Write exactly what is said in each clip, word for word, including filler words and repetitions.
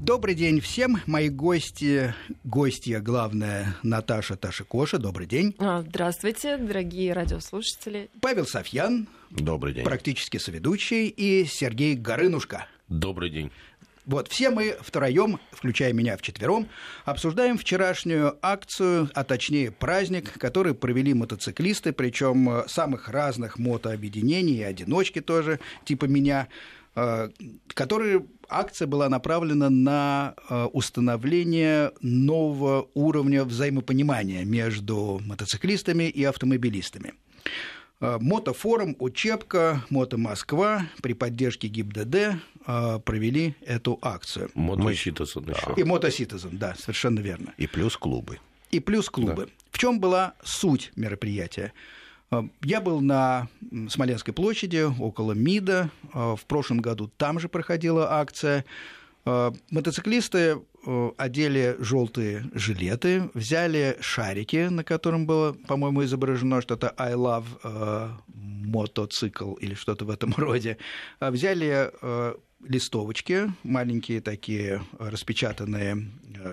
Добрый день всем. Мои гости, гостья, главная, Наташа Ташикоша. Добрый день. Здравствуйте, дорогие радиослушатели. Павел Софьян. Добрый день. Практически соведущий. И Сергей Горынушка. Добрый день. Вот, все мы втроем, включая меня вчетвером, обсуждаем вчерашнюю акцию, а точнее праздник, который провели мотоциклисты, причем самых разных мотообъединений, и одиночки тоже, типа меня, которые... Акция была направлена на установление нового уровня взаимопонимания между мотоциклистами и автомобилистами. Мотофорум, Учебка, Мото-Москва при поддержке ГИБДД провели эту акцию. Мото-Ситизен еще. И Мото-Ситизен, да, совершенно верно. И плюс клубы. И плюс клубы. Да. В чем была суть мероприятия? Я был на Смоленской площади, около МИДа. В прошлом году там же проходила акция. Мотоциклисты одели желтые жилеты, взяли шарики, на котором было, по-моему, изображено что-то «I love мотоцикл» или что-то в этом роде. Взяли листовочки, маленькие такие распечатанные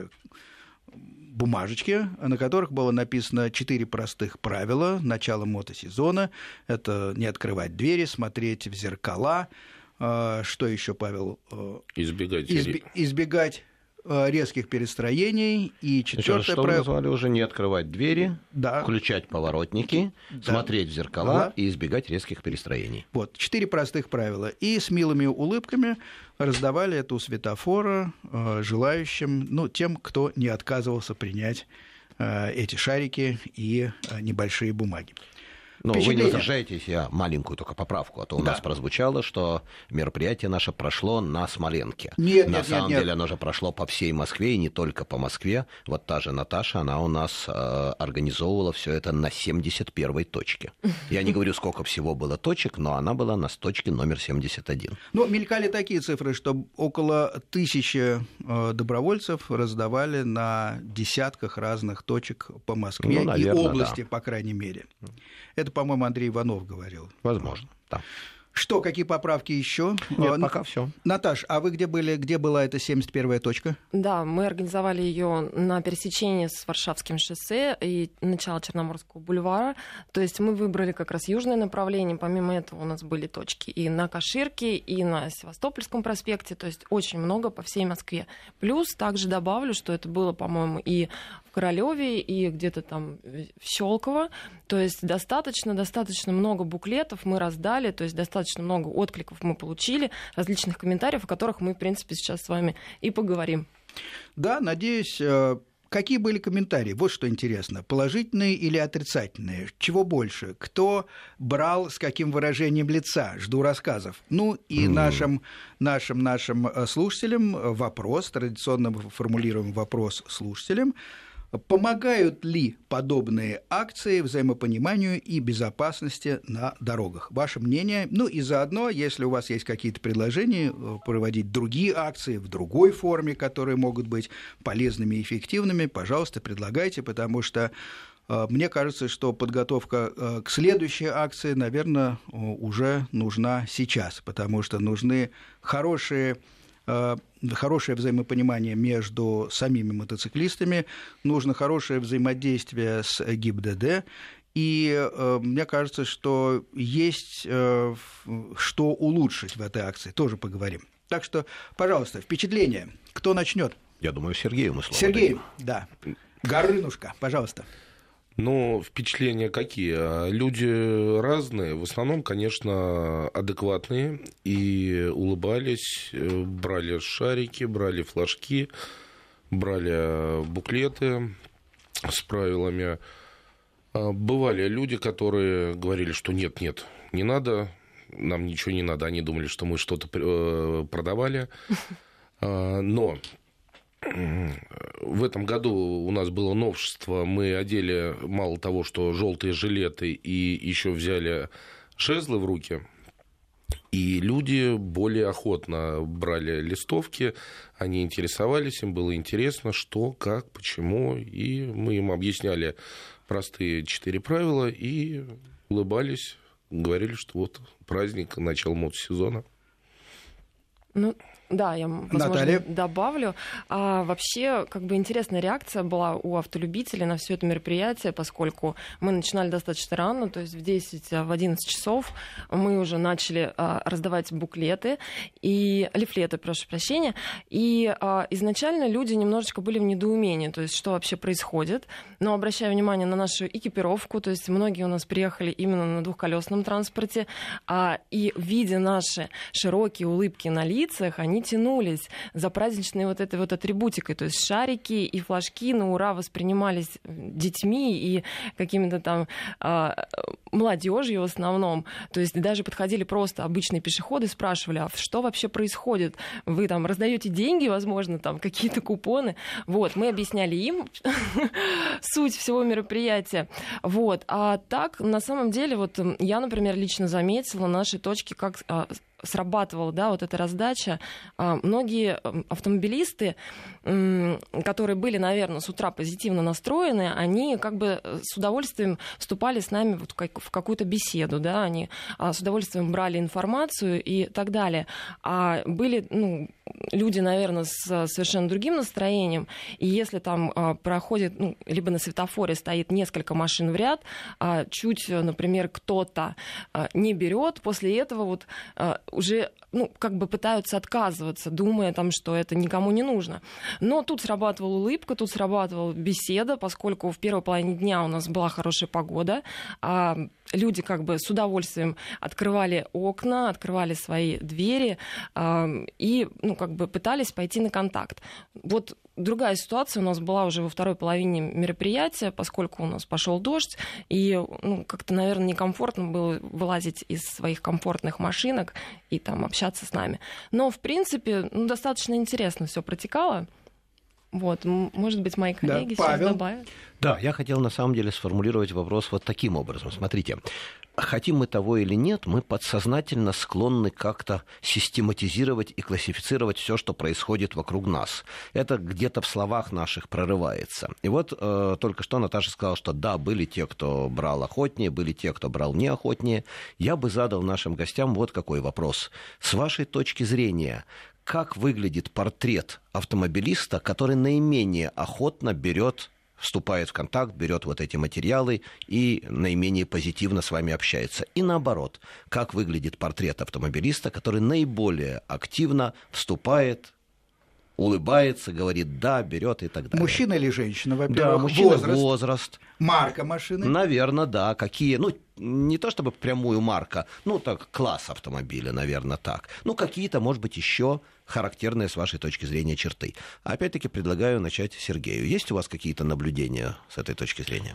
бумажечки, на которых было написано четыре простых правила начала мотосезона. Это не открывать двери, смотреть в зеркала. Что еще, Павел? Избегать, Изби- избегать резких перестроений. И четвертое что правило... вы назвали уже? Не открывать двери, да. Включать поворотники, да. Смотреть в зеркала да. И избегать резких перестроений. Вот, четыре простых правила. И с милыми улыбками раздавали это у светофора э, желающим, ну, тем, кто не отказывался принять э, эти шарики и э, небольшие бумаги. Но вы не возражаете, я маленькую только поправку, а то у да. нас прозвучало, что мероприятие наше прошло на Смоленке. Нет, на нет, самом нет, деле нет. оно же прошло по всей Москве, и не только по Москве. Вот та же Наташа, она у нас э, организовывала все это на семьдесят первой точке. Я не говорю, сколько всего было точек, но она была на точке номер семьдесят один. Ну, мелькали такие цифры, что около тысячи э, добровольцев раздавали на десятках разных точек по Москве, ну, наверное, и области, да. по крайней мере. Это, по-моему, Андрей Иванов говорил. Возможно, да. Что, какие поправки еще? Нет, а, пока все. Наташ, а вы где были? Где была эта семьдесят первая точка? Да, мы организовали ее на пересечении с Варшавским шоссе и начало Черноморского бульвара. То есть мы выбрали как раз южное направление. Помимо этого у нас были точки и на Каширке, и на Севастопольском проспекте. То есть очень много по всей Москве. Плюс также добавлю, что это было, по-моему, и в Королёве, и где-то там в Щелково. То есть достаточно, достаточно много буклетов мы раздали, то есть достаточно много откликов мы получили, различных комментариев, о которых мы, в принципе, сейчас с вами и поговорим. Да, надеюсь. Какие были комментарии? Вот что интересно. Положительные или отрицательные? Чего больше? Кто брал с каким выражением лица? Жду рассказов. Ну и mm. нашим, нашим, нашим слушателям вопрос, традиционно формулируем вопрос слушателям. Помогают ли подобные акции взаимопониманию и безопасности на дорогах? Ваше мнение? Ну и заодно, если у вас есть какие-то предложения, проводить другие акции в другой форме, которые могут быть полезными и эффективными, пожалуйста, предлагайте, потому что мне кажется, что подготовка к следующей акции, наверное, уже нужна сейчас, потому что нужны хорошие... хорошее взаимопонимание между самими мотоциклистами, нужно хорошее взаимодействие с ГИБДД, и э, мне кажется, что есть э, что улучшить в этой акции, тоже поговорим. Так что, пожалуйста, впечатление. Кто начнет? Я думаю, Сергею мы слово Сергей, дадим. да. Горынушка, пожалуйста. Ну, впечатления какие? Люди разные, в основном, конечно, адекватные, и улыбались, брали шарики, брали флажки, брали буклеты с правилами. Бывали люди, которые говорили, что нет-нет, не надо, нам ничего не надо. Они думали, что мы что-то продавали, но... В этом году у нас было новшество. Мы одели мало того, что желтые жилеты, и еще взяли жезлы в руки. И люди более охотно брали листовки, они интересовались, им было интересно, что, как, почему. И мы им объясняли простые четыре правила и улыбались, говорили, что вот праздник, начало мотосезона. Ну, Да, я, возможно, Наталья? добавлю. А, вообще, как бы интересная реакция была у автолюбителей на все это мероприятие, поскольку мы начинали достаточно рано, то есть в десять, в одиннадцать часов мы уже начали а, раздавать буклеты и лифлеты, прошу прощения. И а, изначально люди немножечко были в недоумении, то есть что вообще происходит. Но обращая внимание на нашу экипировку, то есть многие у нас приехали именно на двухколесном транспорте, а, и видя наши широкие улыбки на лицах, они тянулись за праздничной вот этой вот атрибутикой, то есть шарики и флажки на ура воспринимались детьми и какими-то там э, молодежью в основном, то есть даже подходили просто обычные пешеходы, спрашивали, а что вообще происходит? Вы там раздаете деньги, возможно, там какие-то купоны? Вот, мы объясняли им суть всего мероприятия. Вот, а так, на самом деле, вот я, например, лично заметила наши точки, как срабатывала, да, вот эта раздача. Многие автомобилисты, которые были, наверное, с утра позитивно настроены, они как бы с удовольствием вступали с нами вот в какую-то беседу, да, они с удовольствием брали информацию и так далее. А были, ну, люди, наверное, с совершенно другим настроением, и если там проходит, ну, либо на светофоре стоит несколько машин в ряд, чуть, например, кто-то не берет, после этого вот уже, ну, как бы пытаются отказываться, думая там, что это никому не нужно. Но тут срабатывала улыбка, тут срабатывала беседа, поскольку в первой половине дня у нас была хорошая погода, а люди как бы с удовольствием открывали окна, открывали свои двери а, и, ну, как бы пытались пойти на контакт. Вот другая ситуация у нас была уже во второй половине мероприятия, поскольку у нас пошел дождь, и, ну, как-то, наверное, некомфортно было вылазить из своих комфортных машинок и там общаться с нами. Но, в принципе, ну, достаточно интересно все протекало. Вот, может быть, мои коллеги да, сейчас Павел? добавят. Да, я хотел на самом деле сформулировать вопрос вот таким образом. Смотрите, хотим мы того или нет, мы подсознательно склонны как-то систематизировать и классифицировать все, что происходит вокруг нас. Это где-то в словах наших прорывается. И вот э, только что Наташа сказала, что да, были те, кто брал охотнее, были те, кто брал неохотнее. Я бы задал нашим гостям вот какой вопрос. С вашей точки зрения, как выглядит портрет автомобилиста, который наименее охотно берет, вступает в контакт, берет вот эти материалы и наименее позитивно с вами общается? И наоборот, как выглядит портрет автомобилиста, который наиболее активно вступает, улыбается, говорит «да», берет и так далее? Мужчина или женщина, во-первых? Да, мужчина, возраст, возраст. марка машины? Наверное, да. Какие, ну, не то чтобы прямую марка, ну, так, класс автомобиля, наверное, так. Ну, какие-то, может быть, еще характерные с вашей точки зрения черты. Опять-таки предлагаю начать Сергею. Есть у вас какие-то наблюдения с этой точки зрения?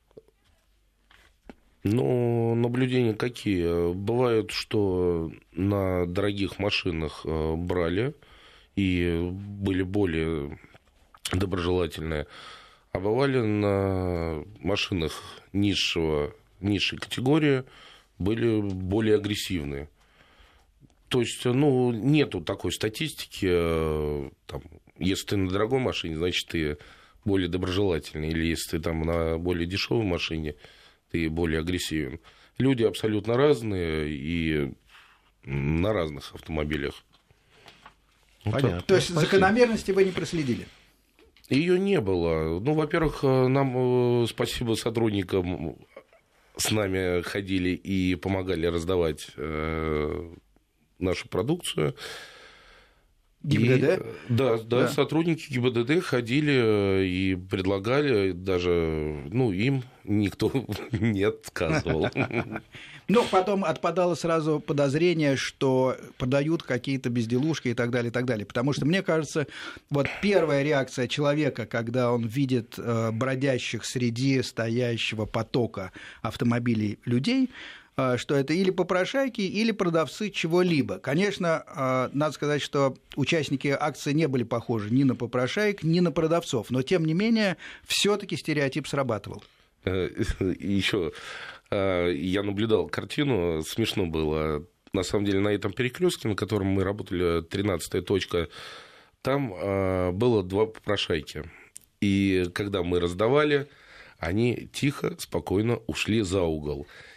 Ну, наблюдения какие? Бывает, что на дорогих машинах брали и были более доброжелательные, а бывали на машинах низшего, низшей категории, были более агрессивные. То есть, ну, нету такой статистики, там, если ты на дорогой машине, значит, ты более доброжелательный, или если ты там на более дешевой машине, ты более агрессивен. Люди абсолютно разные и на разных автомобилях. Понятно. То есть Спасибо. закономерности вы не проследили? Ее не было. Ну, во-первых, нам спасибо сотрудникам, с нами ходили и помогали раздавать э, нашу продукцию. ГИБДД? И, да, да, Да, сотрудники ГИБДД ходили и предлагали, даже, ну, им никто не отказывал. Ну, потом отпадало сразу подозрение, что продают какие-то безделушки и так далее, и так далее. Потому что, мне кажется, вот первая реакция человека, когда он видит э, бродящих среди стоящего потока автомобилей людей, э, что это или попрошайки, или продавцы чего-либо. Конечно, э, надо сказать, что участники акции не были похожи ни на попрошаек, ни на продавцов. Но, тем не менее, все-таки стереотип срабатывал. Еще я наблюдал картину, смешно было. На самом деле, на этом перекрестке, на котором мы работали, тринадцатая точка, там было два попрошайки. И когда мы раздавали, они тихо, спокойно ушли за угол.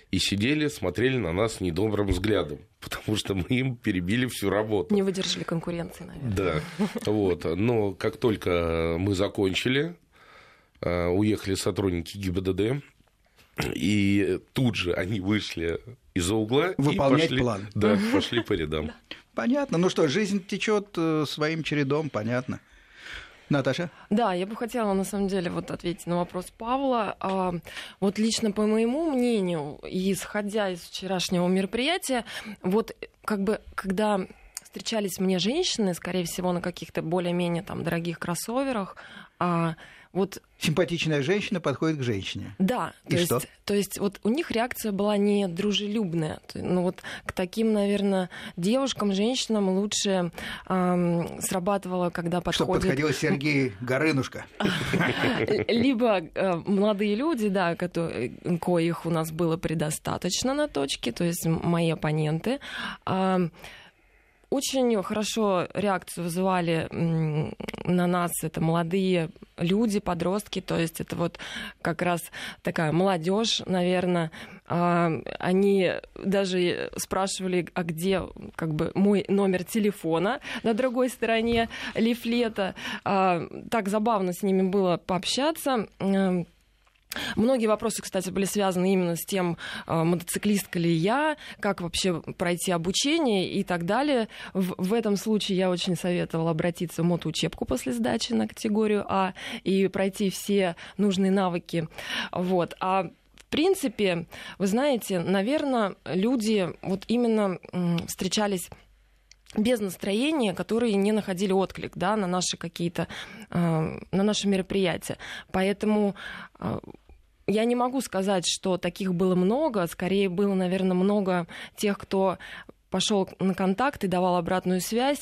и сидели, смотрели на нас недобрым взглядом, потому что мы им перебили всю работу. Не выдержали конкуренции, наверное. Да, вот. Но как только мы закончили, уехали сотрудники ГИБДД, и тут же они вышли из-за угла выполнять и пошли, план. Да, пошли по рядам. Понятно. Ну что, жизнь течет своим чередом, понятно. Наташа? Да, я бы хотела, на самом деле, вот ответить на вопрос Павла. А, вот лично по моему мнению, и исходя из вчерашнего мероприятия, вот как бы, когда встречались мне женщины, скорее всего, на каких-то более-менее там дорогих кроссоверах, а, вот... Симпатичная женщина подходит к женщине. Да, и то что? есть, то есть вот у них реакция была не дружелюбная. Ну вот к таким, наверное, девушкам, женщинам лучше эм, срабатывало, когда подходит... Чтобы подходил Сергей Горынушка. Либо молодые люди, да, коих у нас было предостаточно на точке, то есть мои оппоненты. Очень хорошо реакцию вызывали на нас это молодые люди, подростки, то есть это вот как раз такая молодежь, наверное. Они даже спрашивали, а где как бы мой номер телефона на другой стороне лифлета. Так забавно с ними было пообщаться. Многие вопросы, кстати, были связаны именно с тем, мотоциклистка ли я, как вообще пройти обучение и так далее. В, в этом случае я очень советовала обратиться в мотоучебку после сдачи на категорию А и пройти все нужные навыки. Вот. А в принципе, вы знаете, наверное, люди вот именно встречались без настроения, которые не находили отклик, да, на наши какие-то, э, на наши мероприятия. Поэтому э, я не могу сказать, что таких было много. Скорее было, наверное, много тех, кто пошел на контакт и давал обратную связь.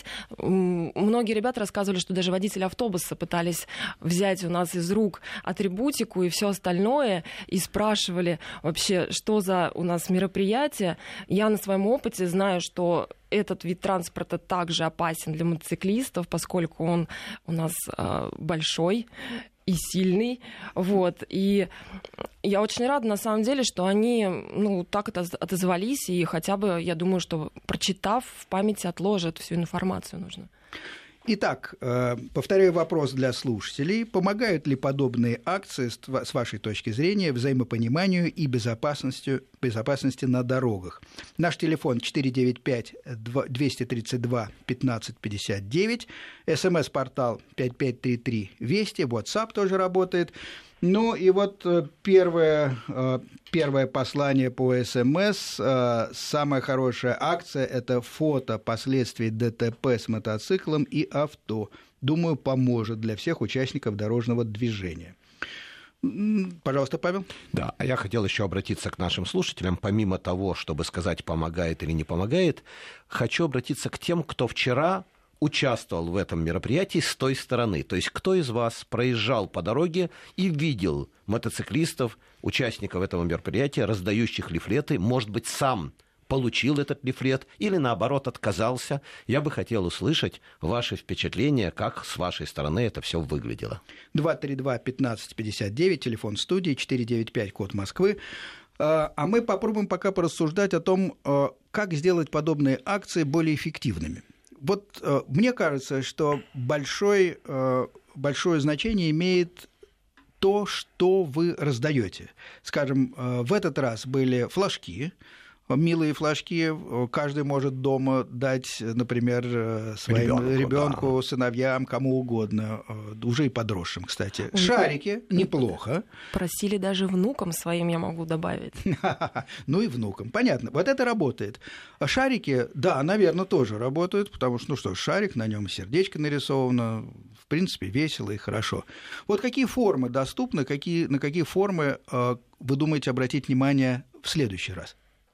Многие ребята рассказывали, что даже водители автобуса пытались взять у нас из рук атрибутику и все остальное, и спрашивали вообще, что за у нас мероприятие. Я на своем опыте знаю, что этот вид транспорта также опасен для мотоциклистов, поскольку он у нас э, большой и сильный, вот, и я очень рада, на самом деле, что они, ну, так это отозвались, и хотя бы, я думаю, что, прочитав, в памяти отложат всю информацию нужно. Итак, повторяю вопрос для слушателей. Помогают ли подобные акции, с вашей точки зрения, взаимопониманию и безопасности, безопасности на дорогах? Наш телефон четыре девять пять двести тридцать два пятнадцать пятьдесят девять, смс-портал пять пять три три Вести, WhatsApp тоже работает. Ну и вот первое, первое послание по СМС. Самая хорошая акция – это фото последствий ДТП с мотоциклом и авто. Думаю, поможет для всех участников дорожного движения. Пожалуйста, Павел. Да, а я хотел еще обратиться к нашим слушателям. Помимо того, чтобы сказать, помогает или не помогает, хочу обратиться к тем, кто вчера участвовал в этом мероприятии с той стороны. То есть кто из вас проезжал по дороге и видел мотоциклистов, участников этого мероприятия, раздающих лифлеты, может быть, сам получил этот лифлет или, наоборот, отказался. Я бы хотел услышать ваши впечатления, как с вашей стороны это все выглядело. два три два пятнадцать пятьдесят девять, телефон студии, четыре девять пять, код Москвы. А мы попробуем пока порассуждать о том, как сделать подобные акции более эффективными. Вот э, мне кажется, что большой, э, большое значение имеет то, что вы раздаете. Скажем, э, в этот раз были флажки, милые флажки, каждый может дома дать, например, своим ребенку, да, сыновьям, кому угодно, уже и подросшим, кстати. Шарики, неплохо. Просили даже внукам своим, я могу добавить. Ну и внукам, понятно. Вот это работает. Шарики, да, наверное, тоже работают, потому что, ну что, шарик, на нем сердечко нарисовано, в принципе, весело и хорошо. Вот какие формы доступны, какие, на какие формы вы думаете обратить внимание в следующий раз?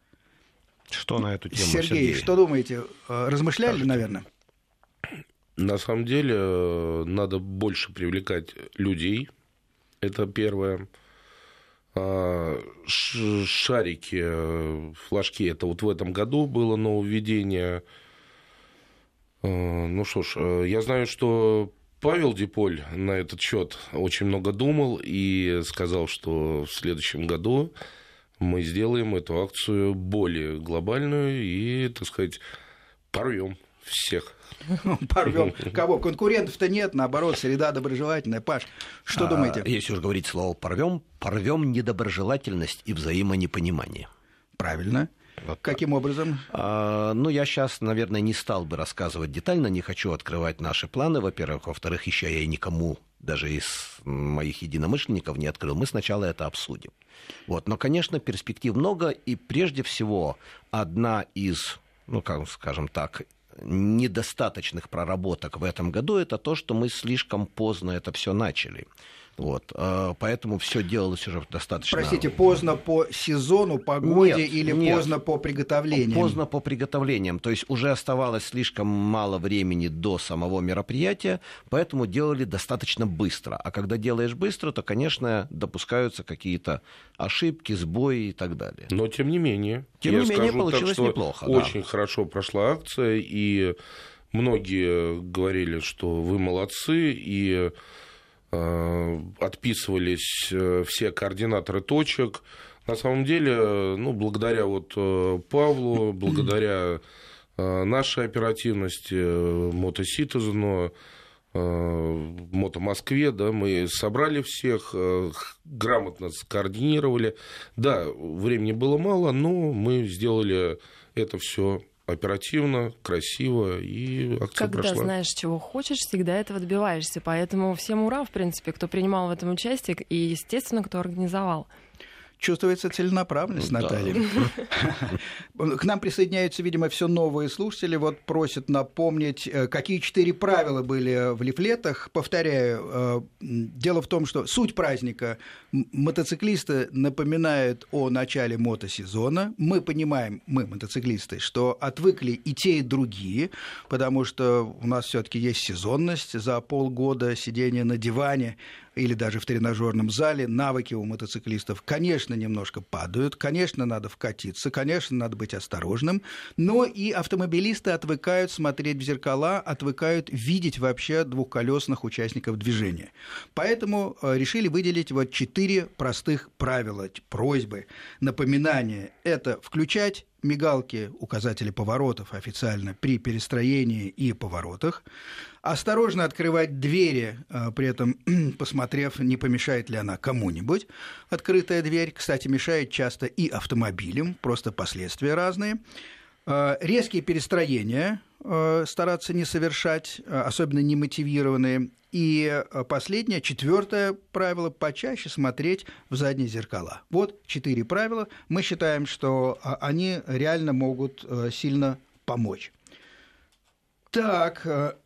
Что на эту тему, Сергей, Сергей? Что думаете? Размышляли, Скажите. Наверное? На самом деле, надо больше привлекать людей. Это первое. Шарики, флажки, это вот в этом году было нововведение. Ну что ж, я знаю, что Павел Диполь на этот счет очень много думал и сказал, что в следующем году мы сделаем эту акцию более глобальную и, так сказать, порвем всех. Порвем. Кого? Конкурентов-то нет, наоборот, среда доброжелательная. Паш, что а, думаете? Если уж говорить слово «порвем», порвем недоброжелательность и взаимонепонимание. Правильно. Вот Каким так. образом? А, ну, я сейчас, наверное, не стал бы рассказывать детально, не хочу открывать наши планы, во-первых. Во-вторых, еще я и никому, даже из моих единомышленников, не открыл. Мы сначала это обсудим. Вот. Но, конечно, перспектив много, и прежде всего одна из, ну, как скажем так, недостаточных проработок в этом году, это то, что мы слишком поздно это все начали. Вот, поэтому все делалось уже достаточно... Простите, поздно по сезону, погоде нет, или нет. поздно по приготовлениям? Поздно по приготовлениям. То есть уже оставалось слишком мало времени до самого мероприятия, поэтому делали достаточно быстро. А когда делаешь быстро, то, конечно, допускаются какие-то ошибки, сбои и так далее. Но, тем не менее, тем я не менее скажу получилось так, неплохо. Очень да. хорошо прошла акция, и многие говорили, что вы молодцы, и... отписывались все координаторы точек. На самом деле, ну, благодаря вот Павлу, благодаря нашей оперативности, Мотоситизену, Мото Москве, да, мы собрали всех, грамотно скоординировали. Да, времени было мало, но мы сделали это все оперативно, красиво, и акция Когда прошла. знаешь, чего хочешь, всегда этого добиваешься. Поэтому всем ура, в принципе, кто принимал в этом участие, и, естественно, кто организовал. Чувствуется целенаправленность, да. Наталья. К нам присоединяются, видимо, все новые слушатели. Вот просят напомнить, какие четыре правила были в лифлетах. Повторяю, дело в том, что суть праздника: мотоциклисты напоминают о начале мотосезона. Мы понимаем, мы, мотоциклисты, что отвыкли и те, и другие, потому что у нас все-таки есть сезонность за полгода сидения на диване или даже в тренажерном зале. Навыки у мотоциклистов, конечно, немножко падают, конечно, надо вкатиться, конечно, надо быть осторожным, но и автомобилисты отвыкают смотреть в зеркала, отвыкают видеть вообще двухколесных участников движения. Поэтому решили выделить вот четыре простых правила, просьбы, напоминания. Это включать мигалки, указатели поворотов официально при перестроении и поворотах, осторожно открывать двери, при этом посмотрев, не помешает ли она кому-нибудь. Открытая дверь, кстати, мешает часто и автомобилям, просто последствия разные. Резкие перестроения стараться не совершать, особенно немотивированные. И последнее, четвертое правило: почаще смотреть в задние зеркала. Вот четыре правила. Мы считаем, что они реально могут сильно помочь. Так,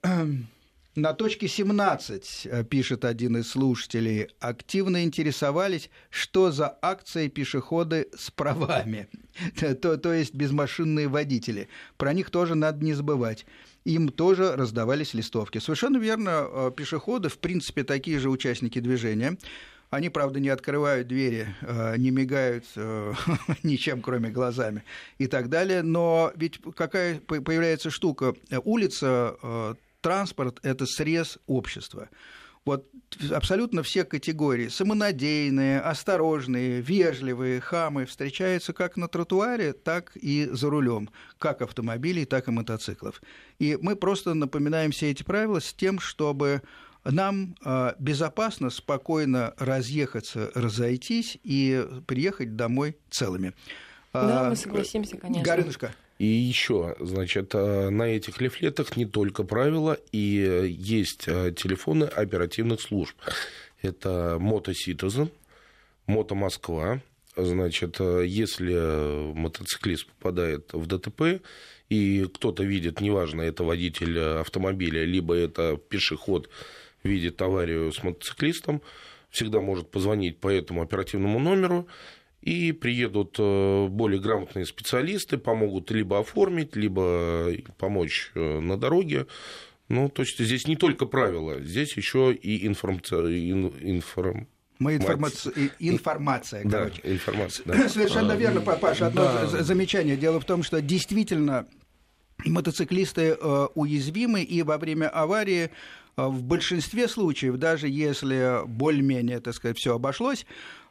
на точке семнадцать, пишет один из слушателей, активно интересовались, что за акции пешеходы с правами, то, то есть безмашинные водители. Про них тоже надо не забывать. Им тоже раздавались листовки. Совершенно верно, пешеходы, в принципе, такие же участники движения. Они, правда, не открывают двери, не мигают ничем, кроме глазами и так далее. Но ведь какая появляется штука? Улица, транспорт – это срез общества. Вот абсолютно все категории, самонадеянные, осторожные, вежливые, хамы, встречаются как на тротуаре, так и за рулем, как автомобилей, так и мотоциклов. И мы просто напоминаем все эти правила с тем, чтобы нам безопасно, спокойно разъехаться, разойтись и приехать домой целыми. Да, мы согласимся, конечно. Горынушка. И еще, значит, на этих лифлетах не только правила, и есть телефоны оперативных служб. Это Мотоситизен, Мото Москва. Значит, если мотоциклист попадает в ДТП, и кто-то видит, неважно, это водитель автомобиля, либо это пешеход, видит аварию с мотоциклистом, всегда может позвонить по этому оперативному номеру, и приедут более грамотные специалисты, помогут либо оформить, либо помочь на дороге. Ну, то есть здесь не только правила, здесь еще и информация. Информ... Мы информация, информация, короче. Да, информация, да. Совершенно а, верно, Паша. Одно да. замечание. Дело в том, что действительно мотоциклисты уязвимы, и во время аварии в большинстве случаев, даже если более-менее, так сказать, все обошлось,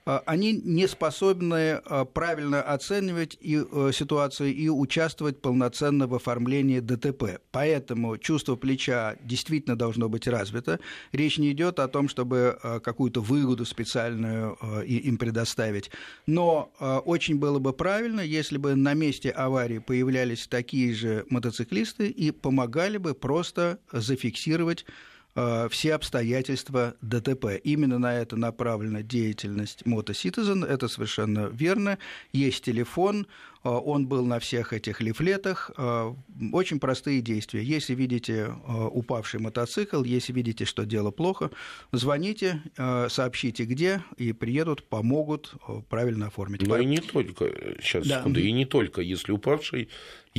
они не способны правильно оценивать и, ситуацию и участвовать полноценно в оформлении ДТП. Поэтому чувство плеча действительно должно быть развито. Речь не идет о том, чтобы какую-то выгоду специальную им предоставить. Но очень было бы правильно, если бы на месте аварии появлялись такие же мотоциклисты и помогали бы просто зафиксировать все обстоятельства ДТП. Именно на это направлена деятельность MotoCitizen, это совершенно верно. Есть телефон, он был на всех этих лифлетах. Очень простые действия. Если видите упавший мотоцикл, если видите, что дело плохо, звоните, сообщите где, и приедут, помогут правильно оформить. Но и не только, сейчас, да. секунду, и не только, если упавший,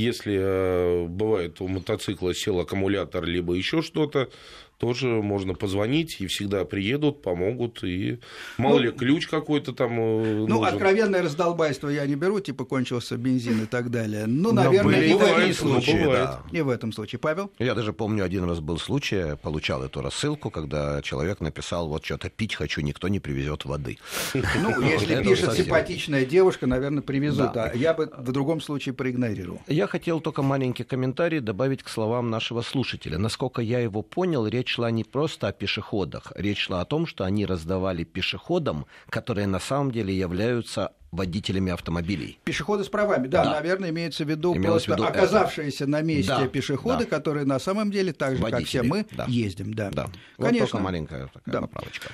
если бывает у мотоцикла сел аккумулятор, либо еще что-то, тоже можно позвонить, и всегда приедут, помогут, и мало ну, ли ключ какой-то там Ну, нужен. Откровенное раздолбайство я не беру, типа кончился бензин и так далее. Ну, наверное, и в этом случае. Да. И в этом случае. Павел? Я даже помню, один раз был случай, получал эту рассылку, когда человек написал, вот что-то пить хочу, никто не привезет воды. Ну, если пишет симпатичная девушка, наверное, привезут, а я бы в другом случае проигнорировал. Я хотел только маленький комментарий добавить к словам нашего слушателя. Насколько я его понял, речь шла не просто о пешеходах, речь шла о том, что они раздавали пешеходам, которые на самом деле являются водителями автомобилей. Пешеходы с правами, да, да. наверное, имеется в виду Имелось просто в виду оказавшиеся это. на месте да, да. пешеходы, которые на самом деле, так же, водители, как все мы, да. ездим. Да. Да. Конечно. Вот только маленькая такая да. поправочка.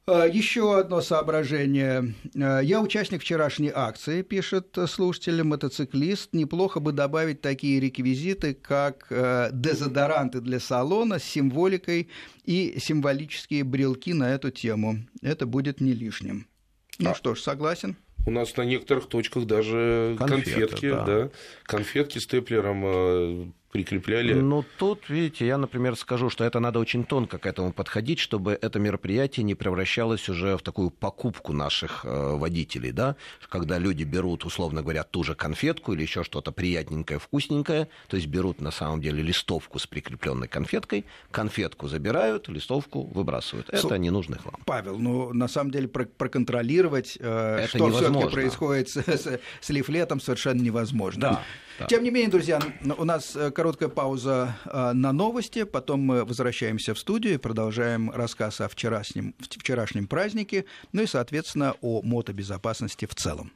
Еще одно соображение. Я участник вчерашней акции, пишет слушатель, мотоциклист. Неплохо бы добавить такие реквизиты, как дезодоранты для салона с символикой и символические брелки на эту тему. Это будет не лишним. Ну а. что ж, согласен. У нас на некоторых точках даже конфеты, конфетки, да. Да, конфетки степлером прикрепляли. Ну, тут, видите, я, например, скажу, что это надо очень тонко к этому подходить, чтобы это мероприятие не превращалось уже в такую покупку наших э, водителей, да, когда люди берут, условно говоря, ту же конфетку или еще что-то приятненькое, вкусненькое, то есть берут, на самом деле, листовку с прикрепленной конфеткой, конфетку забирают, листовку выбрасывают. Это С... ненужный хлам. Павел, ну, на самом деле, проконтролировать, э, это что все-таки происходит с, с, с лифлетом, совершенно невозможно. Да. Да. Тем не менее, друзья, у нас короткая пауза на новости, потом мы возвращаемся в студию и продолжаем рассказ о вчерашнем, вчерашнем празднике, ну и, соответственно, о мотобезопасности в целом.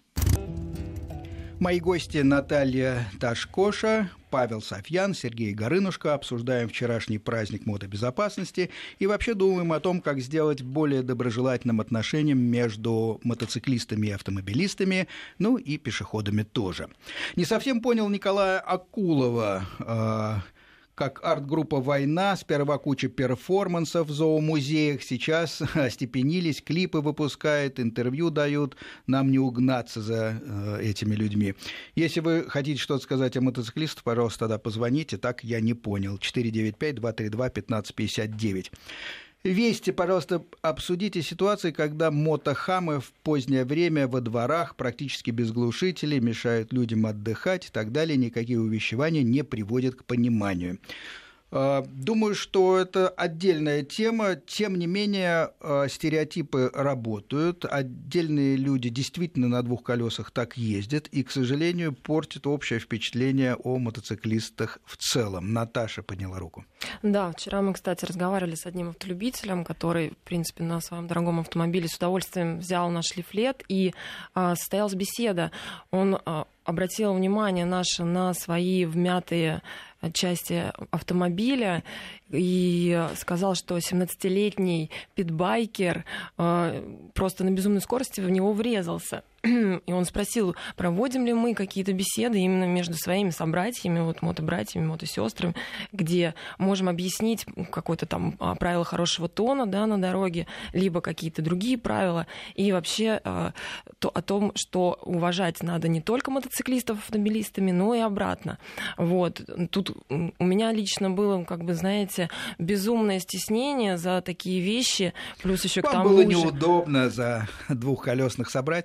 Мои гости Наталья Ташкоша, Павел Софьян, Сергей Горынушка. Обсуждаем вчерашний праздник мотобезопасности и вообще думаем о том, как сделать более доброжелательным отношением между мотоциклистами и автомобилистами, ну и пешеходами тоже. Не совсем понял Николая Акулова, как арт-группа «Война», сперва куча перформансов в зоомузеях, сейчас остепенились, клипы выпускают, интервью дают, нам не угнаться за э, этими людьми. Если вы хотите что-то сказать о мотоциклистах, пожалуйста, тогда позвоните, так я не понял. четыре девять пять два три два пятнадцать пятьдесят девять. Вести, пожалуйста, обсудите ситуации, когда мотохамы в позднее время во дворах практически без глушителей мешают людям отдыхать и так далее. Никакие увещевания не приводят к пониманию. Думаю, что это отдельная тема, тем не менее стереотипы работают, отдельные люди действительно на двух колесах так ездят и, к сожалению, портят общее впечатление о мотоциклистах в целом. Наташа подняла руку. Да, вчера мы, кстати, разговаривали с одним автолюбителем, который, в принципе, на своем дорогом автомобиле с удовольствием взял наш лифлет, и а, состоялась беседа. Он а, обратил внимание наше на свои вмятые части автомобиля и сказал, что семнадцатилетний питбайкер э, просто на безумной скорости в него врезался. И он спросил, проводим ли мы какие-то беседы именно между своими собратьями, вот мотобратьями, мотосестрами, где можем объяснить какое-то там правило хорошего тона, да, на дороге, либо какие-то другие правила, и вообще э, то, о том, что уважать надо не только мотоциклистов автомобилистами, но и обратно. Вот. Тут у меня лично было, как бы, знаете, безумное стеснение за такие вещи, плюс еще к тому было же... неудобно за двухколесных собратьев. Да,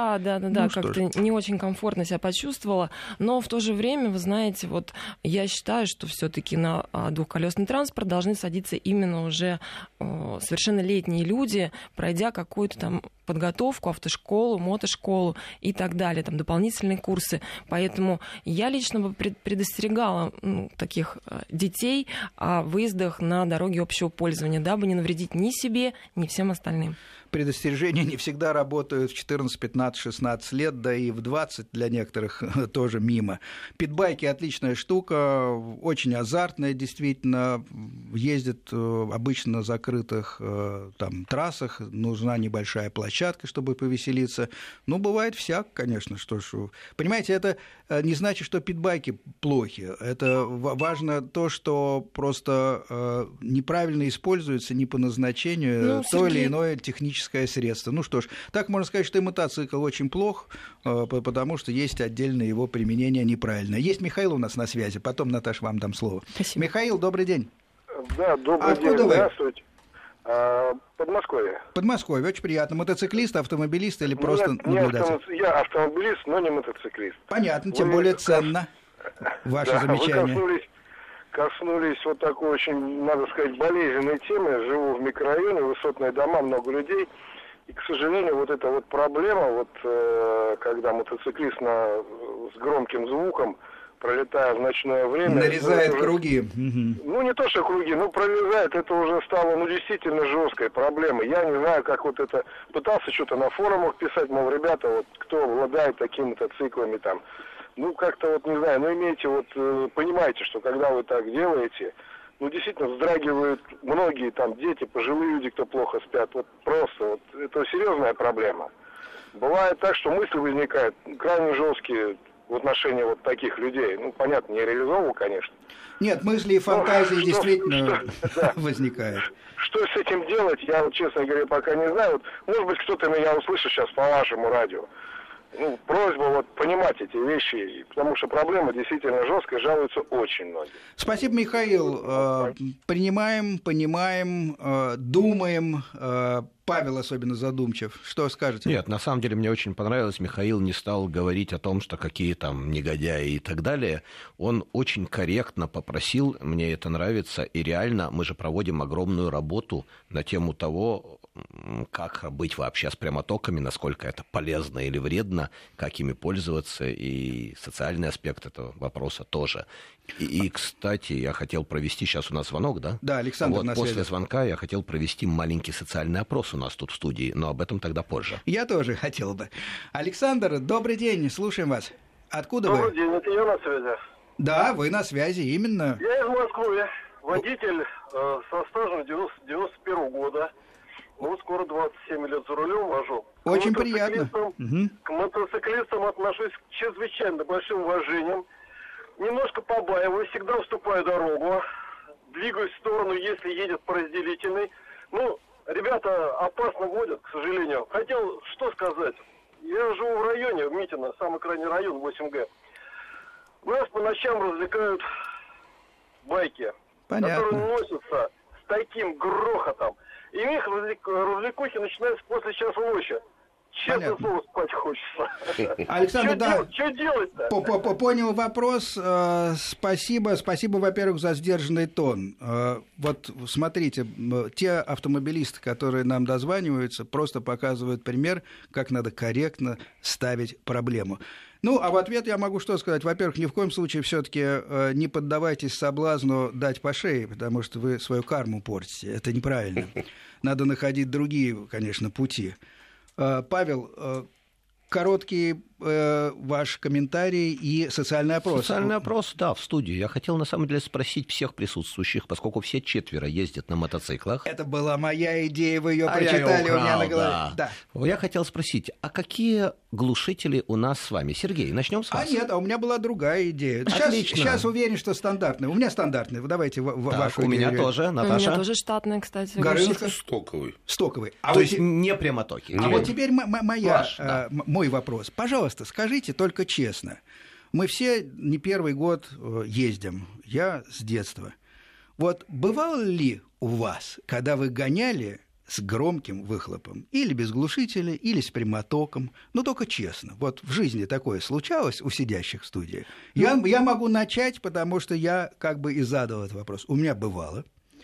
Да, да, да, да, Ну, как-то не очень комфортно себя почувствовала. Но в то же время, вы знаете, вот я считаю, что все-таки на двухколесный транспорт должны садиться именно уже совершеннолетние люди, пройдя какую-то там подготовку, автошколу, мотошколу и так далее, там дополнительные курсы. Поэтому я лично бы предостерегала ну, таких детей о выездах на дороги общего пользования, дабы не навредить ни себе, ни всем остальным. Предостережения не всегда работают в четырнадцать, пятнадцать, шестнадцать лет, да и в двадцать для некоторых тоже мимо. Питбайки – отличная штука, очень азартная, действительно, ездит обычно на закрытых там, трассах, нужна небольшая площадка, чтобы повеселиться. Ну, бывает всяк, конечно, что ж. Понимаете, это не значит, что питбайки плохи. Это важно то, что просто неправильно используется не по назначению ну, то Сергей... или иное техническое средство. Ну что ж, так можно сказать, что и мотоцикл очень плох, потому что есть отдельное его применение неправильное. Есть Михаил у нас на связи, потом, Наташа, вам дам слово. Спасибо. Михаил, добрый день. Да, добрый Откуда день. Вы? Здравствуйте. Подмосковье. Подмосковье, очень приятно. Мотоциклист, автомобилист или просто Нет, наблюдатель? Автом... Я автомобилист, но не мотоциклист. Понятно, тем вы более кос... ценно ваше да, замечание. Вы коснулись, коснулись вот такой очень, надо сказать, болезненной темы. Живу в микрорайоне, высотные дома, много людей. И, к сожалению, вот эта вот проблема, вот э, когда мотоциклист на, с громким звуком, пролетая в ночное время... Нарезает уже, круги. Угу. Ну, не то, что круги, но пролезает, это уже стало, ну, действительно жесткой проблемой. Я не знаю, как вот это... Пытался что-то на форумах писать, мол, ребята, вот кто обладает такими мотоциклами там, ну, как-то вот, не знаю, ну, имейте вот, э, понимаете, что когда вы так делаете... Ну, действительно, вздрагивают многие там дети, пожилые люди, кто плохо спят. Вот просто, вот, это серьезная проблема. Бывает так, что мысли возникают крайне жесткие в отношении вот таких людей. Ну, понятно, не реализовывал, конечно. Нет, мысли и фантазии ну, действительно что, что, да. возникают. Что с этим делать, я, вот, честно говоря, пока не знаю. Вот, может быть, кто-то меня услышит сейчас по вашему радио. Ну, просьба вот понимать эти вещи, потому что проблема действительно жесткая, жалуются очень многие. Спасибо, Михаил. Принимаем, понимаем, думаем. Павел особенно задумчив. Что скажете? Нет, на самом деле мне очень понравилось. Михаил не стал говорить о том, что какие там негодяи и так далее. Он очень корректно попросил, мне это нравится, и реально мы же проводим огромную работу на тему того, как быть вообще с прямотоками, насколько это полезно или вредно, как ими пользоваться, и социальный аспект этого вопроса тоже. И, и кстати, я хотел провести, сейчас у нас звонок, да? Да, Александр вот, на связи. После звонка я хотел провести маленький социальный опрос у нас тут в студии, но об этом тогда позже. Я тоже хотел бы. Александр, добрый день, слушаем вас. Откуда добрый вы? Добрый день, это я на связи. Да, вы на связи, именно. Я из Москвы, водитель э, со стажем девяносто первого года. Ну, скоро двадцать семь лет за рулем вожу. Очень к приятно. Угу. К мотоциклистам отношусь с чрезвычайно большим уважением. Немножко побаиваюсь, всегда уступаю дорогу. Двигаюсь в сторону, если едет по разделительной. Ну, ребята опасно водят, к сожалению. Хотел что сказать. Я живу в районе, в Митино, самый крайний район, восемь гэ. У нас по ночам развлекают байки, понятно, которые носятся с таким грохотом. И их развлекухи начинаются после часа ночи. Честно слово, спать хочется. Александр, что да, делать? Что делать-то? Понял вопрос. Спасибо. Спасибо, во-первых, за сдержанный тон. Вот смотрите, те автомобилисты, которые нам дозваниваются, просто показывают пример, как надо корректно ставить проблему. Ну, а в ответ я могу что сказать? Во-первых, ни в коем случае все-таки не поддавайтесь соблазну дать по шее, потому что вы свою карму портите. Это неправильно. Надо находить другие, конечно, пути. Павел, короткий э, ваш комментарий и социальный опрос. Социальный опрос, да, в студии. Я хотел, на самом деле, спросить всех присутствующих, поскольку все четверо ездят на мотоциклах. Это была моя идея, вы ее а прочитали украл, у меня на голове. Да. Да. Я хотел спросить, а какие глушители у нас с вами? Сергей, начнем с вас. А нет, а у меня была другая идея. Сейчас, сейчас уверен, что стандартный. У меня стандартный. Давайте в, так, вашу у меня идею. тоже, Наташа. У меня тоже штатный, кстати. Горылка. Стоковый. Стоковый. А То вот есть те... не прямотоки. А нет. вот теперь моя, Ваш, да. мой вопрос. Пожалуйста, скажите только честно. Мы все не первый год ездим. Я с детства. Вот бывало ли у вас, когда вы гоняли, с громким выхлопом, или без глушителя, или с прямотоком, но только честно. Вот в жизни такое случалось у сидящих в студии. Я, я могу начать, потому что я как бы и задал этот вопрос. У меня бывало.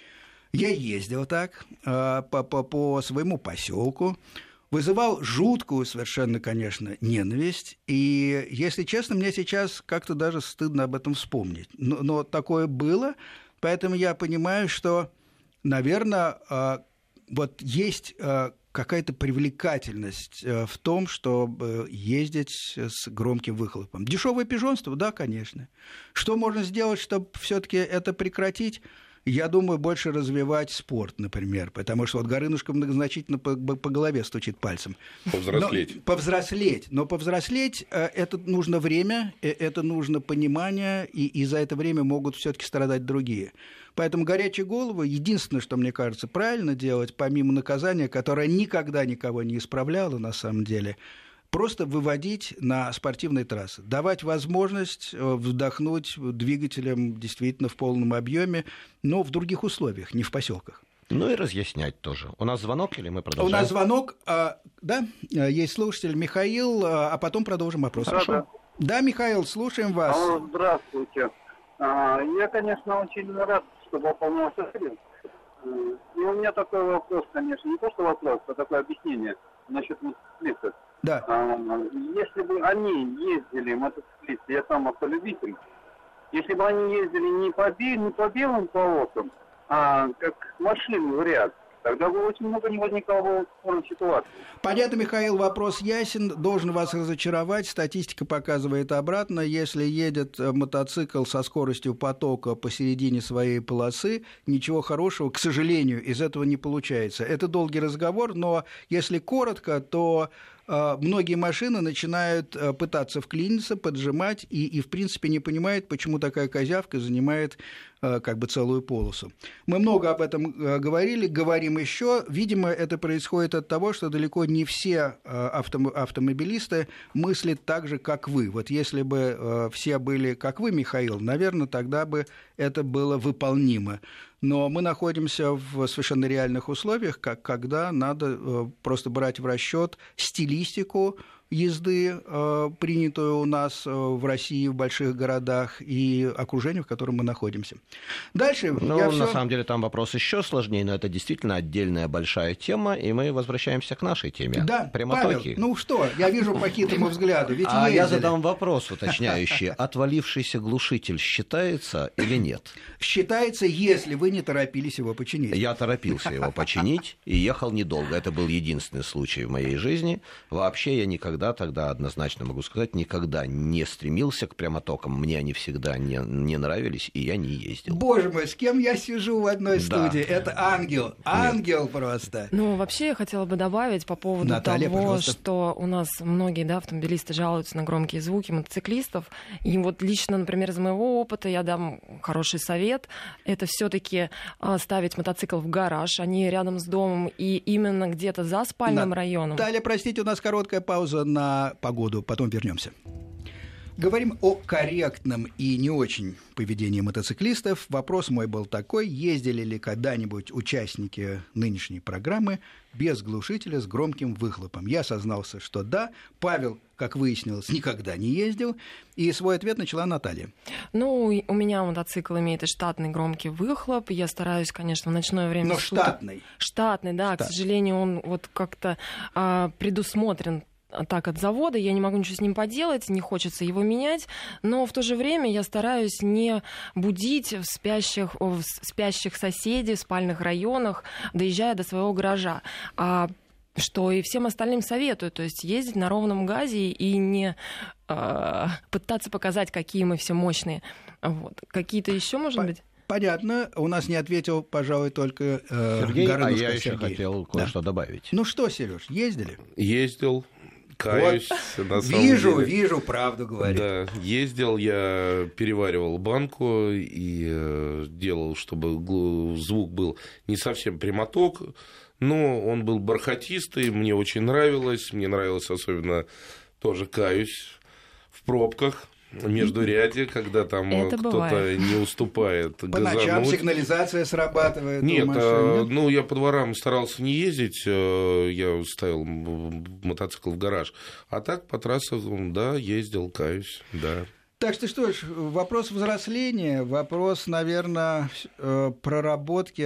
Я ездил так э, по, по, по своему поселку, вызывал жуткую совершенно, конечно, ненависть. И, если честно, мне сейчас как-то даже стыдно об этом вспомнить. Но, но такое было, поэтому я понимаю, что, наверное, э, вот есть э, какая-то привлекательность э, в том, чтобы ездить с громким выхлопом. Дешевое пижонство, да, конечно. Что можно сделать, чтобы все-таки это прекратить? Я думаю, больше развивать спорт, например, потому что вот Горынушка многозначительно по, по голове стучит пальцем. Повзрослеть. Но, повзрослеть. Но повзрослеть э, это нужно время, э, это нужно понимание, и, и за это время могут все-таки страдать другие. Поэтому горячие головы, единственное, что мне кажется правильно делать, помимо наказания, которое никогда никого не исправляло на самом деле, просто выводить на спортивные трассы, давать возможность вдохнуть двигателям действительно в полном объеме, но в других условиях, не в поселках. Ну и разъяснять тоже. У нас звонок или мы продолжаем? У нас звонок, да, есть слушатель Михаил, а потом продолжим опрос. Хорошо. Да, Михаил, слушаем вас. Алло, здравствуйте. Я, конечно, очень рад, что попал на ваш эфир. И у меня такой вопрос, конечно, не то что вопрос, а такое объяснение насчет мотоциклистов. Да. А, если бы они ездили, мотоциклисты, я сам автолюбитель, если бы они ездили не по, не по белым полосам, а как машины в ряд, тогда бы очень много не возникало спорной ситуации. Понятно, Михаил, вопрос ясен. Должен вас разочаровать. Статистика показывает обратно. Если едет мотоцикл со скоростью потока посередине своей полосы, ничего хорошего, к сожалению, из этого не получается. Это долгий разговор, но если коротко, то многие машины начинают пытаться вклиниться, поджимать и, и, в принципе, не понимают, почему такая козявка занимает как бы целую полосу. Мы много об этом говорили, говорим еще. Видимо, это происходит от того, что далеко не все автомобилисты мыслят так же, как вы. Вот если бы все были как вы, Михаил, наверное, тогда бы это было выполнимо. Но мы находимся в совершенно реальных условиях, как, когда надо э, просто брать в расчет стилистику езды, э, принятую у нас э, в России, в больших городах, и окружение, в котором мы находимся. Дальше. Ну, я на всё... самом деле там вопрос еще сложнее, но это действительно отдельная большая тема, и мы возвращаемся к нашей теме. Да, прямотоки. Павел, ну что, я вижу по хитрому взгляду, ведь А ездили. я задам вопрос уточняющий. Отвалившийся глушитель считается или нет? Считается, если вы не торопились его починить. Я торопился его починить и ехал недолго. Это был единственный случай в моей жизни. Вообще я никогда тогда, однозначно могу сказать, никогда не стремился к прямотокам. Мне они всегда не, не нравились, и я не ездил. Боже мой, с кем я сижу в одной Да. студии? Это ангел. Ангел просто. Ну, вообще, я хотела бы добавить по поводу Наталья, того, пожалуйста. что у нас многие, да, автомобилисты жалуются на громкие звуки мотоциклистов. И вот лично, например, из моего опыта я дам хороший совет. Это все-таки ставить мотоцикл в гараж, а не рядом с домом, и именно где-то за спальным Да. районом. Наталья, простите, у нас короткая пауза на погоду, потом вернемся. Говорим о корректном и не очень поведении мотоциклистов. Вопрос мой был такой: ездили ли когда-нибудь участники нынешней программы без глушителя с громким выхлопом? Я сознался, что да. Павел, как выяснилось, никогда не ездил. И свой ответ начала Наталья. Ну, и у меня мотоцикл имеет и штатный громкий выхлоп. Я стараюсь, конечно, в ночное время Но суток... штатный. Штатный, да. Штат. К сожалению, он вот как-то а, предусмотрен так от завода, я не могу ничего с ним поделать, не хочется его менять, но в то же время я стараюсь не будить в спящих, в спящих соседей в спальных районах, доезжая до своего гаража. А что и всем остальным советую, то есть ездить на ровном газе и не э, пытаться показать, какие мы все мощные. Вот. Какие-то еще, может По- быть? Понятно. У нас не ответил, пожалуй, только э, Сергей, а Горынушка я еще Сергей. хотел кое-что Да. добавить. Ну что, Сереж, ездили? Ездил, каюсь, на самом Вижу, деле. вижу, правду говорит. Да, ездил, я переваривал банку и э, делал, чтобы глу- звук был не совсем прямоток, но он был бархатистый, мне очень нравилось, мне нравилось особенно, тоже каюсь, в пробках. Междурядье, когда там Это кто-то бывает. не уступает По газануть. ночам сигнализация срабатывает. Нет, у машин, а, нет? ну я по дворам старался не ездить, э, я ставил м- мотоцикл в гараж. А так по трассам, да, ездил, каюсь, да. Так что что ж, вопрос взросления, вопрос, наверное, проработки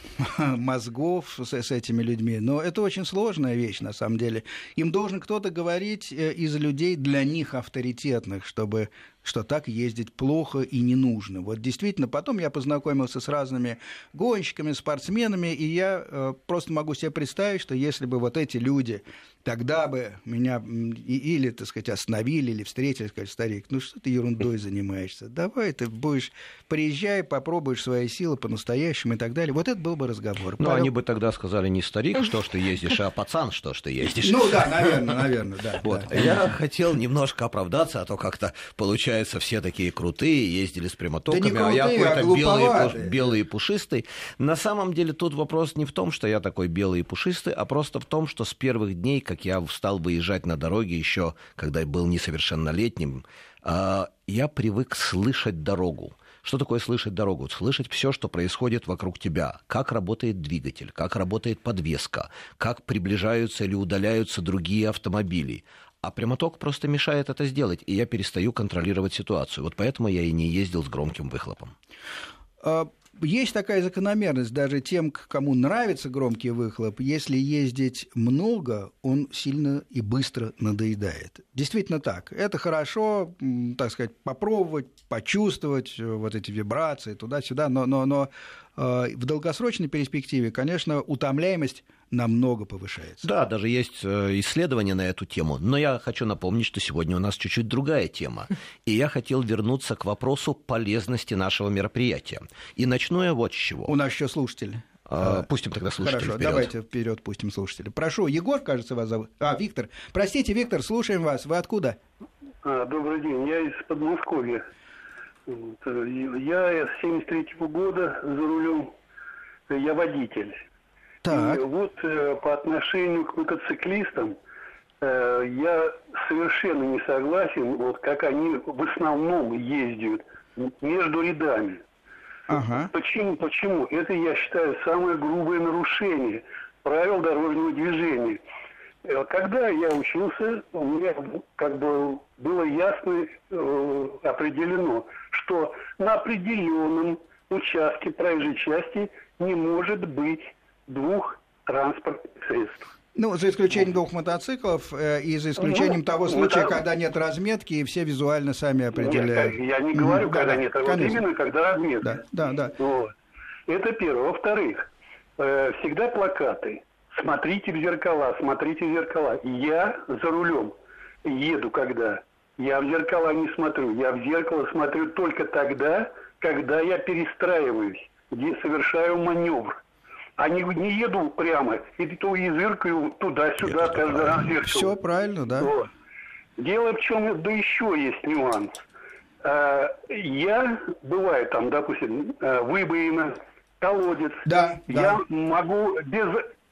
мозгов с, с этими людьми. Но это очень сложная вещь, на самом деле. Им должен кто-то говорить из людей для них авторитетных, чтобы что так ездить плохо и не нужно. Вот действительно, потом я познакомился с разными гонщиками, спортсменами, и я э, просто могу себе представить, что если бы вот эти люди тогда бы меня и, или, так сказать, остановили, или встретили, сказали: старик, ну что ты ерундой занимаешься? Давай ты будешь, приезжай, попробуешь свои силы по-настоящему и так далее. Вот это был бы разговор. Ну, Павел... они бы тогда сказали не старик, что ж ты ездишь, а пацан, что ж ты ездишь. Ну да, наверное, наверное, да. Вот. да. Я хотел немножко оправдаться, а то как-то получается все такие крутые, ездили с прямотоками, да а я крутые, какой-то а белый, белый и пушистый. На самом деле тут вопрос не в том, что я такой белый и пушистый, а просто в том, что с первых дней, как я стал выезжать на дороге еще, когда был несовершеннолетним, я привык слышать дорогу. Что такое слышать дорогу? Слышать все, что происходит вокруг тебя. Как работает двигатель, как работает подвеска, как приближаются или удаляются другие автомобили. А прямоток просто мешает это сделать, и я перестаю контролировать ситуацию. Вот поэтому я и не ездил с громким выхлопом. Есть такая закономерность, даже тем, кому нравится громкий выхлоп, если ездить много, он сильно и быстро надоедает. Действительно так. Это хорошо, так сказать, попробовать, почувствовать вот эти вибрации туда-сюда, но, но, но э, в долгосрочной перспективе, конечно, утомляемость намного повышается. Да, даже есть исследования на эту тему, но я хочу напомнить, что сегодня у нас чуть-чуть другая тема, и я хотел вернуться к вопросу полезности нашего мероприятия. И начну я вот с чего. У нас еще слушатели. А, пустим тогда слушателей Хорошо, вперед. давайте вперед пустим слушателей. Прошу, Егор, кажется, вас зовут. А, Виктор. Простите, Виктор, слушаем вас. Вы откуда? А, добрый день, я из Подмосковья. Я с семьдесят третьего года за рулем, я водитель. Так. И вот э, по отношению к мотоциклистам э, я совершенно не согласен, вот как они в основном ездят между рядами. Ага. Почему? Почему? Это, я считаю, самое грубое нарушение правил дорожного движения. Когда я учился, у меня как бы было ясно э, определено, что на определенном участке проезжей части не может быть двух транспортных средств. Ну, за исключением двух мотоциклов э, и за исключением ну, того случая, да. когда нет разметки, и все визуально сами определяют. Нет, я не говорю, mm, когда да, нет, а вот конечно. именно когда разметка. Да, да, да. Вот. Это первое. Во-вторых, э, всегда плакаты. Смотрите в зеркала, смотрите в зеркала. Я за рулем еду когда? Я в зеркала не смотрю. Я в зеркало смотрю только тогда, когда я перестраиваюсь, где совершаю маневр. А не, не еду прямо, и то и зыркаю туда-сюда, Нет, каждый раз в зеркало. Все правильно, да. Вот. Дело в чем, да еще есть нюанс. А, я, бывает там, допустим, выбоина, колодец. Да, да. Я могу без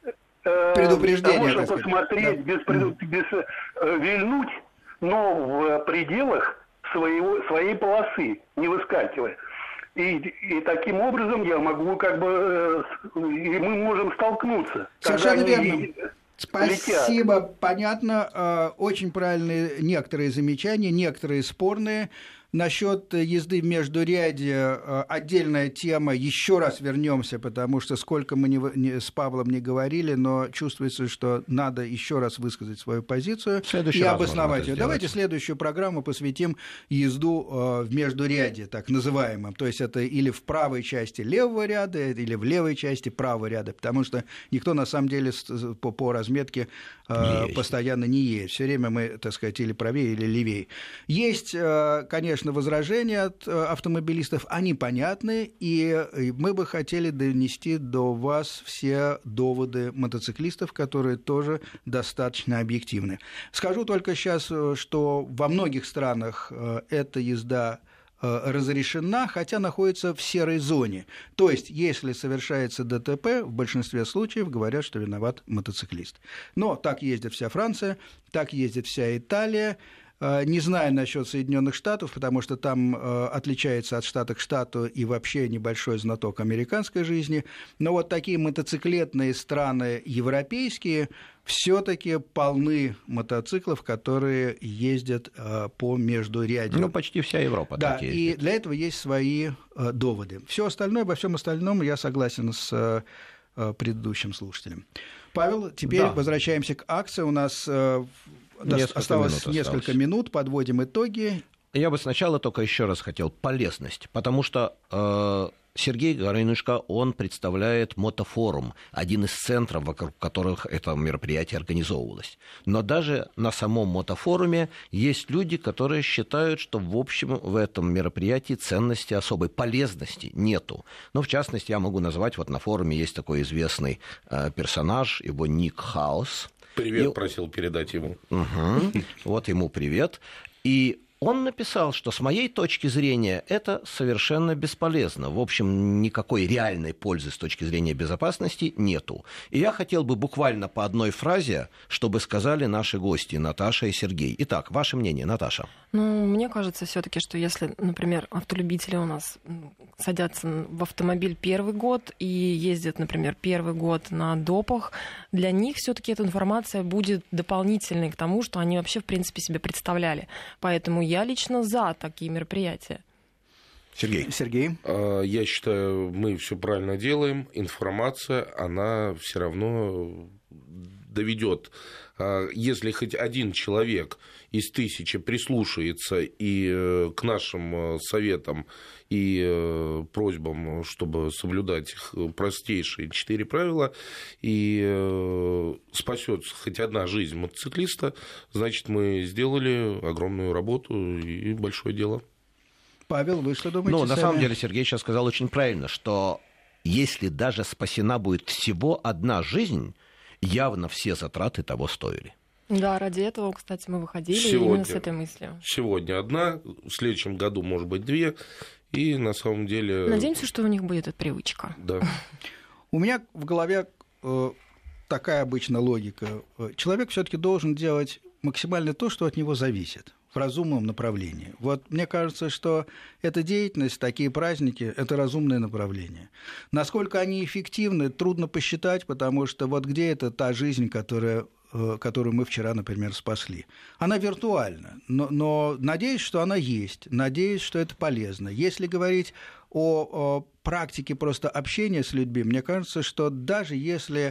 э, предупреждения, того, чтобы так сказать. посмотреть, Да. без, преду- без э, вильнуть, но в пределах своего, своей полосы, не выскакивая. И, и таким образом я могу как бы, э, и мы можем столкнуться. Совершенно когда верно. они Спасибо, летят. понятно. Э, Очень правильные некоторые замечания, некоторые спорные. Насчет езды в междурядье отдельная тема. Еще раз вернемся, потому что сколько мы не, не, с Павлом не говорили, но чувствуется, что надо еще раз высказать свою позицию и обосновать ее. Давайте следующую программу посвятим езду э, в междурядье, так называемом. То есть это или в правой части левого ряда, или в левой части правого ряда, потому что никто на самом деле по, по разметке э, постоянно не едет. Все время мы, так сказать, или правее, или левее. Есть, э, конечно, возражения от автомобилистов, они понятны, и мы бы хотели донести до вас все доводы мотоциклистов, которые тоже достаточно объективны. Скажу только сейчас, что во многих странах эта езда разрешена, хотя находится в серой зоне. То есть, если совершается ДТП, в большинстве случаев говорят, что виноват мотоциклист. Но так ездит вся Франция, так ездит вся Италия. Не знаю насчет Соединенных Штатов, потому что там отличается от штата к штату и вообще небольшой знаток американской жизни. Но вот такие мотоциклетные страны европейские все-таки полны мотоциклов, которые ездят по междурядью. Ну, почти вся Европа да, так ездит. И для этого есть свои доводы. Все остальное, во всем остальном я согласен с предыдущим слушателем. Павел, теперь да. возвращаемся к акции. У нас несколько осталось минут несколько осталось. минут, подводим итоги. Я бы сначала только еще раз хотел полезность, потому что э, Сергей Горынышко, он представляет мотофорум, один из центров, вокруг которых это мероприятие организовывалось. Но даже на самом мотофоруме есть люди, которые считают, что в общем в этом мероприятии ценности особой полезности нету. Ну, в частности, я могу назвать, вот на форуме есть такой известный э, персонаж, его ник Хаус. Привет, и... просил передать ему. Угу. Вот ему привет. И он написал, что с моей точки зрения это совершенно бесполезно. В общем, никакой реальной пользы с точки зрения безопасности нету. И я хотел бы буквально по одной фразе, чтобы сказали наши гости Наташа и Сергей. Итак, ваше мнение, Наташа? Ну, мне кажется все-таки, что если, например, автолюбители у нас садятся в автомобиль первый год и ездят, например, первый год на допах, для них все-таки эта информация будет дополнительной к тому, что они вообще, в принципе, себе представляли. Поэтому я лично за такие мероприятия. Сергей. Сергей. Я считаю, мы все правильно делаем. Информация, она все равно доведет. Если хоть один человек из тысячи прислушается и к нашим советам и просьбам, чтобы соблюдать простейшие четыре правила, и спасет хоть одна жизнь мотоциклиста, значит, мы сделали огромную работу и большое дело. Павел, вы что думаете? Ну, на сами? самом деле, Сергей сейчас сказал очень правильно, что если даже спасена будет всего одна жизнь, явно все затраты того стоили. Да, ради этого, кстати, мы выходили сегодня, именно с этой мыслью. Сегодня одна, в следующем году, может быть, две, и на самом деле... Надеемся, что у них будет эта привычка. Да. У меня в голове э, такая обычно логика. Человек все-таки должен делать максимально то, что от него зависит, в разумном направлении. Вот мне кажется, что эта деятельность, такие праздники, это разумное направление. Насколько они эффективны, трудно посчитать, потому что вот где это та жизнь, которая, которую мы вчера, например, спасли. Она виртуальна, но, но надеюсь, что она есть, надеюсь, что это полезно. Если говорить о, о практике просто общения с людьми, мне кажется, что даже если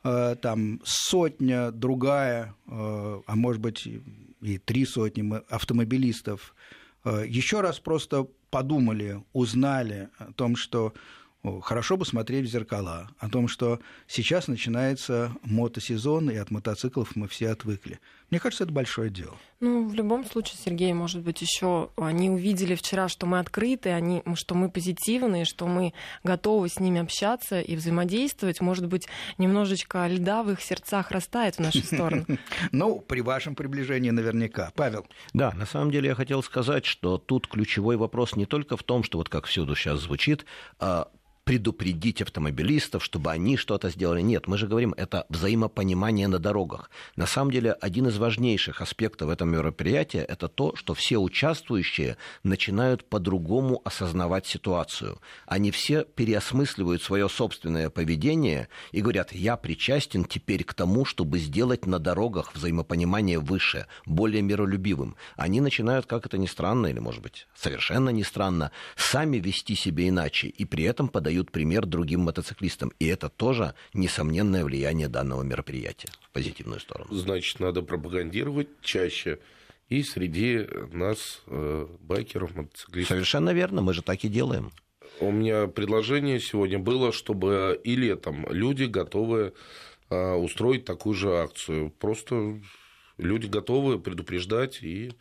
там сотня, другая, а может быть и три сотни автомобилистов еще раз просто подумали, узнали о том, что хорошо бы смотреть в зеркала, о том, что сейчас начинается мотосезон, и от мотоциклов мы все отвыкли. Мне кажется, это большое дело. Ну, в любом случае, Сергей, может быть, еще они увидели вчера, что мы открыты, они, что мы позитивные, что мы готовы с ними общаться и взаимодействовать. Может быть, немножечко льда в их сердцах растает в нашу сторону. Ну, при вашем приближении наверняка. Павел. Да, на самом деле я хотел сказать, что тут ключевой вопрос не только в том, что вот как всюду сейчас звучит, предупредить автомобилистов, чтобы они что-то сделали. Нет, мы же говорим, это взаимопонимание на дорогах. На самом деле, один из важнейших аспектов этого мероприятия – это то, что все участвующие начинают по-другому осознавать ситуацию. Они все переосмысливают свое собственное поведение и говорят, я причастен теперь к тому, чтобы сделать на дорогах взаимопонимание выше, более миролюбивым. Они начинают, как это ни странно, или, может быть, совершенно не странно, сами вести себя иначе, и при этом подают пример другим мотоциклистам. И это тоже несомненное влияние данного мероприятия в позитивную сторону. Значит, надо пропагандировать чаще и среди нас, э, байкеров, мотоциклистов. Совершенно верно, мы же так и делаем. У меня предложение сегодня было, чтобы и летом люди готовы э, устроить такую же акцию. Просто люди готовы предупреждать и...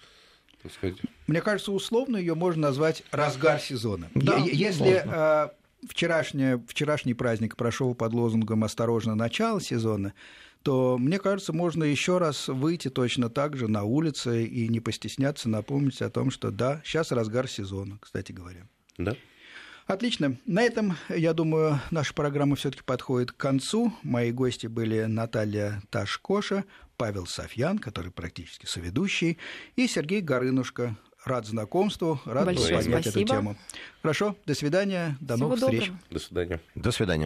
Мне кажется, условно ее можно назвать разгар сезона. Да, если э, вчерашний, вчерашний праздник прошел под лозунгом «Осторожно, начало сезона», то, мне кажется, можно еще раз выйти точно так же на улицы и не постесняться напомнить о том, что да, сейчас разгар сезона, кстати говоря. Да. Отлично. На этом, я думаю, наша программа все-таки подходит к концу. Мои гости были Наталья Ташкоша, Павел Софьян, который практически соведущий, и Сергей Горынушка. Рад знакомству, рад Большое поднять спасибо. эту тему. Хорошо, до свидания, до Всего новых доброго. встреч. До свидания. До свидания.